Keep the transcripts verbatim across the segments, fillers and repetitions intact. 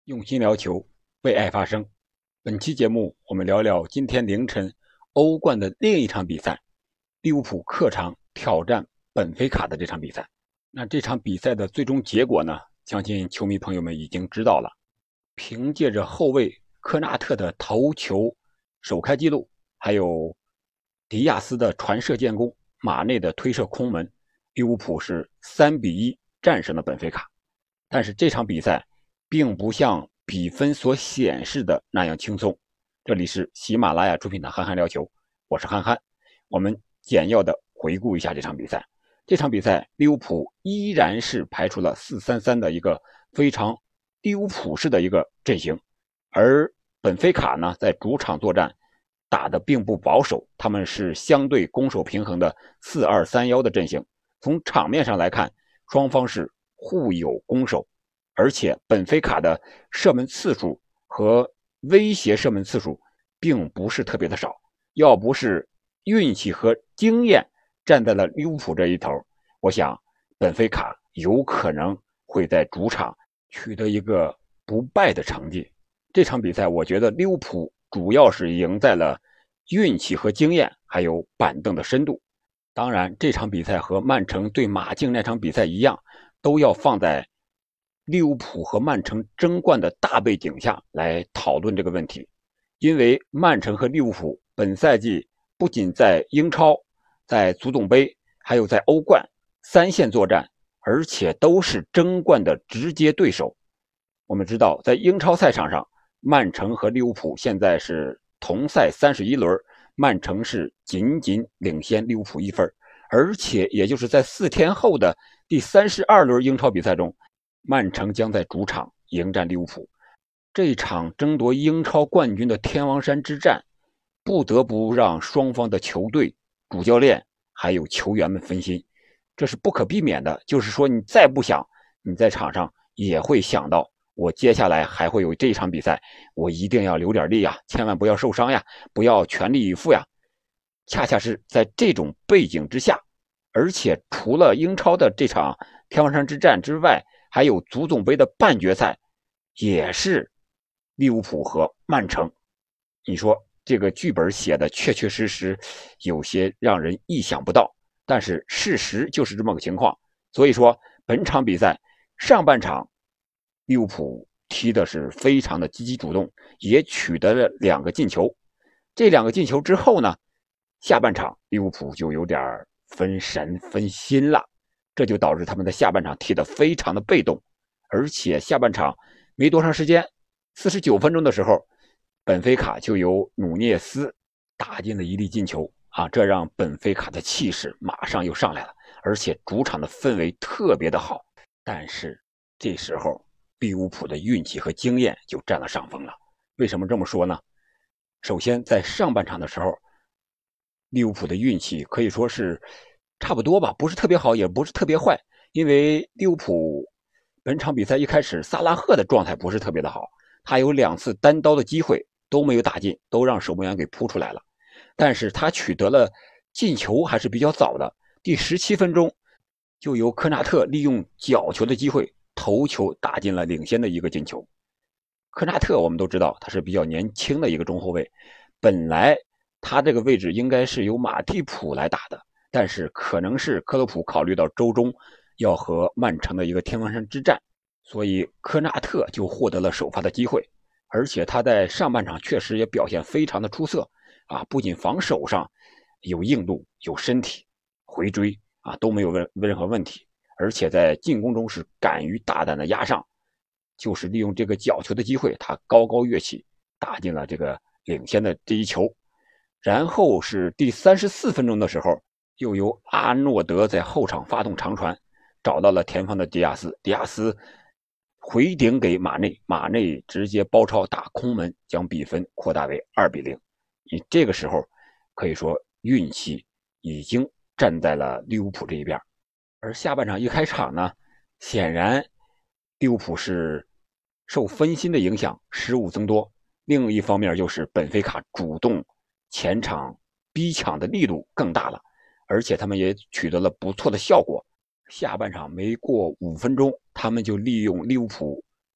用心聊球，为爱发声。本期节目我们聊聊今天凌晨欧冠的另一场比赛，利物浦客场挑战本菲卡的这场比赛。那这场比赛的最终结果呢，相信球迷朋友们已经知道了。凭借着后卫科纳特的头球首开纪录，还有迪亚斯的传射建功，马内的推射空门，利物浦是三比一战胜了本菲卡。但是这场比赛并不像比分所显示的那样轻松。这里是喜马拉雅出品的憨憨聊球，我是憨憨。我们简要的回顾一下这场比赛。这场比赛利物浦依然是排出了四三三的一个非常利物浦式的一个阵型，而本菲卡呢在主场作战打得并不保守，他们是相对攻守平衡的四二三一的阵型。从场面上来看，双方是互有攻守，而且本菲卡的射门次数和威胁射门次数并不是特别的少，要不是运气和经验站在了利物浦这一头，我想本菲卡有可能会在主场取得一个不败的成绩。这场比赛我觉得利物浦主要是赢在了运气和经验，还有板凳的深度。当然这场比赛和曼城对马竞那场比赛一样，都要放在利物浦和曼城争冠的大背景下来讨论这个问题。因为曼城和利物浦本赛季不仅在英超、在足总杯还有在欧冠三线作战，而且都是争冠的直接对手。我们知道在英超赛场上，曼城和利物浦现在是同赛三十一轮，曼城是仅仅领先利物浦一分，而且也就是在四天后的第三十二轮英超比赛中，曼城将在主场迎战利物浦。这场争夺英超冠军的天王山之战，不得不让双方的球队、主教练还有球员们分心，这是不可避免的。就是说你再不想，你在场上也会想到，我接下来还会有这场比赛，我一定要留点力啊，千万不要受伤呀，不要全力以赴呀。恰恰是在这种背景之下，而且除了英超的这场天王山之战之外，还有足总杯的半决赛，也是利物浦和曼城。你说这个剧本写的确确实实有些让人意想不到，但是事实就是这么个情况。所以说本场比赛上半场利物浦踢的是非常的积极主动，也取得了两个进球。这两个进球之后呢，下半场利物浦就有点分神分心了，这就导致他们在下半场踢得非常的被动。而且下半场没多长时间，四十九分钟的时候，本菲卡就由努涅斯打进了一粒进球啊，这让本菲卡的气势马上又上来了，而且主场的氛围特别的好。但是这时候利物浦的运气和经验就占了上风了。为什么这么说呢？首先在上半场的时候，利物浦的运气可以说是差不多吧，不是特别好，也不是特别坏。因为利物浦本场比赛一开始萨拉赫的状态不是特别的好，他有两次单刀的机会都没有打进，都让守门员给扑出来了。但是他取得了进球还是比较早的，第十七分钟就由科纳特利用角球的机会头球打进了领先的一个进球。科纳特我们都知道他是比较年轻的一个中后卫，本来他这个位置应该是由马蒂普来打的，但是可能是克洛普考虑到周中要和曼城的一个天王山之战，所以科纳特就获得了首发的机会。而且他在上半场确实也表现非常的出色啊，不仅防守上有硬度有身体，回追啊都没有问任何问题，而且在进攻中是敢于大胆的压上，就是利用这个角球的机会，他高高跃起打进了这个领先的这一球。然后是第三十四分钟的时候，又由阿诺德在后场发动长传，找到了前方的迪亚斯，迪亚斯回顶给马内，马内直接包抄打空门，将比分扩大为二比零。你这个时候可以说运气已经站在了利物浦这一边。而下半场一开场呢，显然利物浦是受分心的影响，失误增多。另一方面就是本菲卡主动前场逼抢的力度更大了，而且他们也取得了不错的效果。下半场没过五分钟，他们就利用利物浦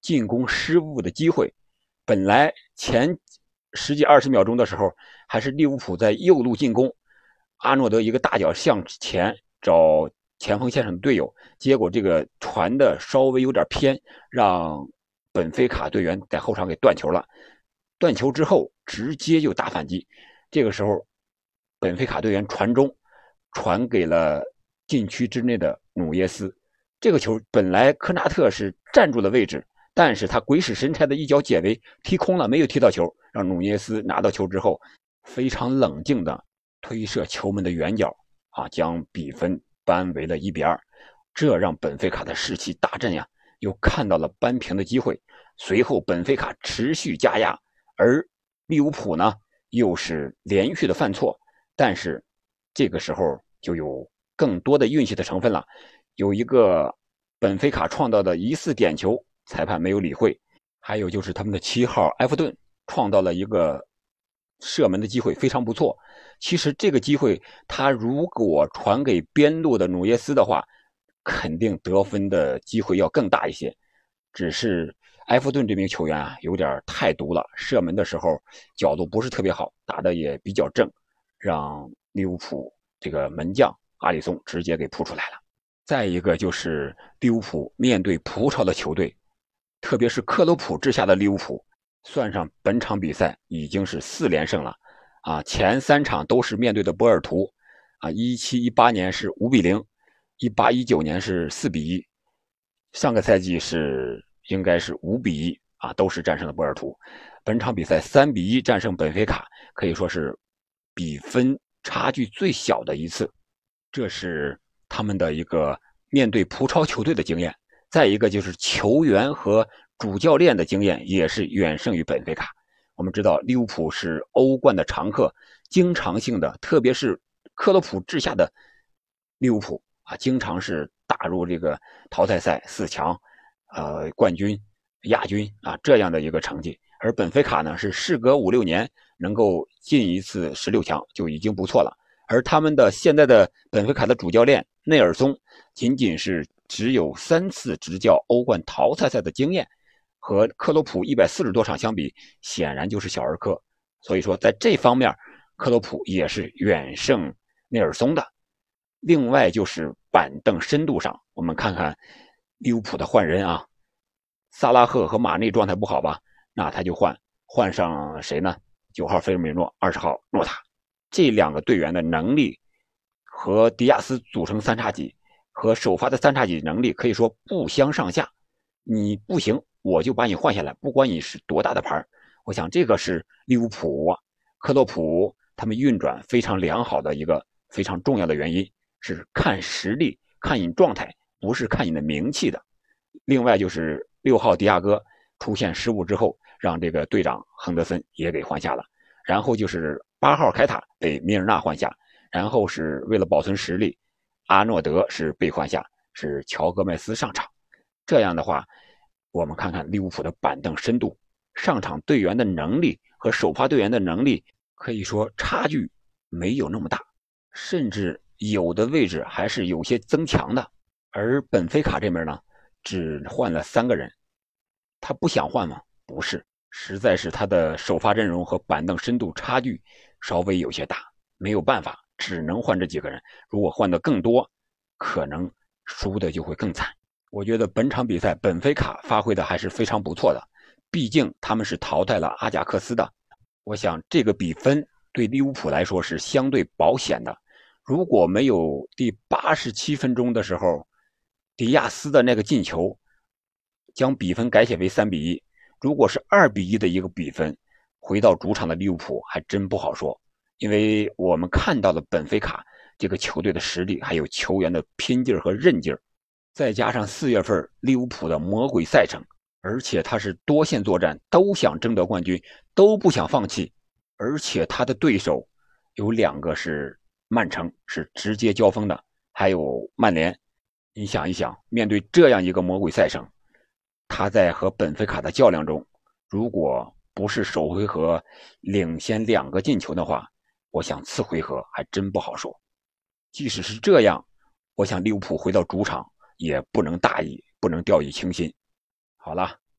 进攻失误的机会。本来前十几二十秒钟的时候，还是利物浦在右路进攻，阿诺德一个大脚向前找前锋线上的队友，结果这个传的稍微有点偏，让本菲卡队员在后场给断球了。断球之后直接就打反击，这个时候本菲卡队员传中，传给了禁区之内的努耶斯。这个球本来科纳特是站住了位置，但是他鬼使神差的一脚解围踢空了，没有踢到球，让努涅斯拿到球之后非常冷静的推射球门的远角啊，将比分扳为了一比二。这让本菲卡的士气大振呀，又看到了扳平的机会。随后本菲卡持续加压，而利物浦呢又是连续的犯错，但是这个时候就有更多的运气的成分了。有一个本菲卡创造的疑似点球，裁判没有理会，还有就是他们的七号埃弗顿创造了一个射门的机会，非常不错。其实这个机会他如果传给边路的努耶斯的话，肯定得分的机会要更大一些。只是埃弗顿这名球员啊有点太毒了，射门的时候角度不是特别好，打的也比较正，让利物浦这个门将阿里松直接给扑出来了。再一个就是利物浦面对葡超的球队，特别是克洛普治下的利物浦，算上本场比赛已经是四连胜了啊！前三场都是面对的波尔图啊，一七一八年是五比零，一八一九年是四比一，上个赛季是应该是五比一啊，都是战胜了波尔图。本场比赛三比一战胜本菲卡，可以说是比分差距最小的一次，这是他们的一个面对葡超球队的经验。再一个就是球员和主教练的经验也是远胜于本菲卡。我们知道利物浦是欧冠的常客，经常性的，特别是克洛普治下的利物浦啊，经常是打入这个淘汰赛四强、呃冠军、亚军啊这样的一个成绩。而本菲卡呢是事隔五六年能够进一次十六强就已经不错了。而他们的现在的本菲卡的主教练内尔松仅仅是只有三次执教欧冠淘汰赛的经验，和克洛普一百四十多场相比，显然就是小儿科。所以说，在这方面，克洛普也是远胜内尔松的。另外就是板凳深度上，我们看看利物浦的换人啊，萨拉赫和马内状态不好吧？那他就换换上谁呢？九号菲尔米诺，二十号诺塔。这两个队员的能力和迪亚斯组成三叉戟，和首发的三叉戟能力可以说不相上下。你不行，我就把你换下来，不管你是多大的牌。我想这个是利物浦、克洛普他们运转非常良好的一个非常重要的原因，是看实力、看你状态，不是看你的名气的。另外就是六号迪亚哥出现失误之后，让这个队长亨德森也给换下了。然后就是八号凯塔被米尔纳换下，然后是为了保存实力，阿诺德是被换下，是乔戈麦斯上场。这样的话，我们看看利物浦的板凳深度，上场队员的能力和首发队员的能力可以说差距没有那么大，甚至有的位置还是有些增强的。而本菲卡这边呢，只换了三个人，他不想换吗？不是，实在是他的首发阵容和板凳深度差距稍微有些大，没有办法，只能换这几个人。如果换的更多，可能输的就会更惨。我觉得本场比赛本菲卡发挥的还是非常不错的，毕竟他们是淘汰了阿贾克斯的。我想这个比分对利物浦来说是相对保险的。如果没有第八十七分钟的时候迪亚斯的那个进球将比分改写为三比一，如果是二比一的一个比分，回到主场的利物浦还真不好说。因为我们看到了本菲卡这个球队的实力，还有球员的拼劲和韧劲，再加上四月份利物浦的魔鬼赛程，而且他是多线作战，都想争得冠军，都不想放弃。而且他的对手有两个是曼城，是直接交锋的，还有曼联。你想一想，面对这样一个魔鬼赛程，他在和本菲卡的较量中，如果不是首回合领先两个进球的话，我想次回合还真不好说。即使是这样，我想利物浦回到主场也不能大意，不能掉以轻心。好了，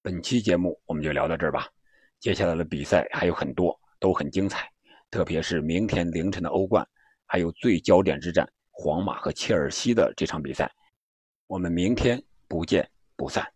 本期节目我们就聊到这儿吧，接下来的比赛还有很多，都很精彩，特别是明天凌晨的欧冠，还有最焦点之战皇马和切尔西的这场比赛，我们明天不见不散。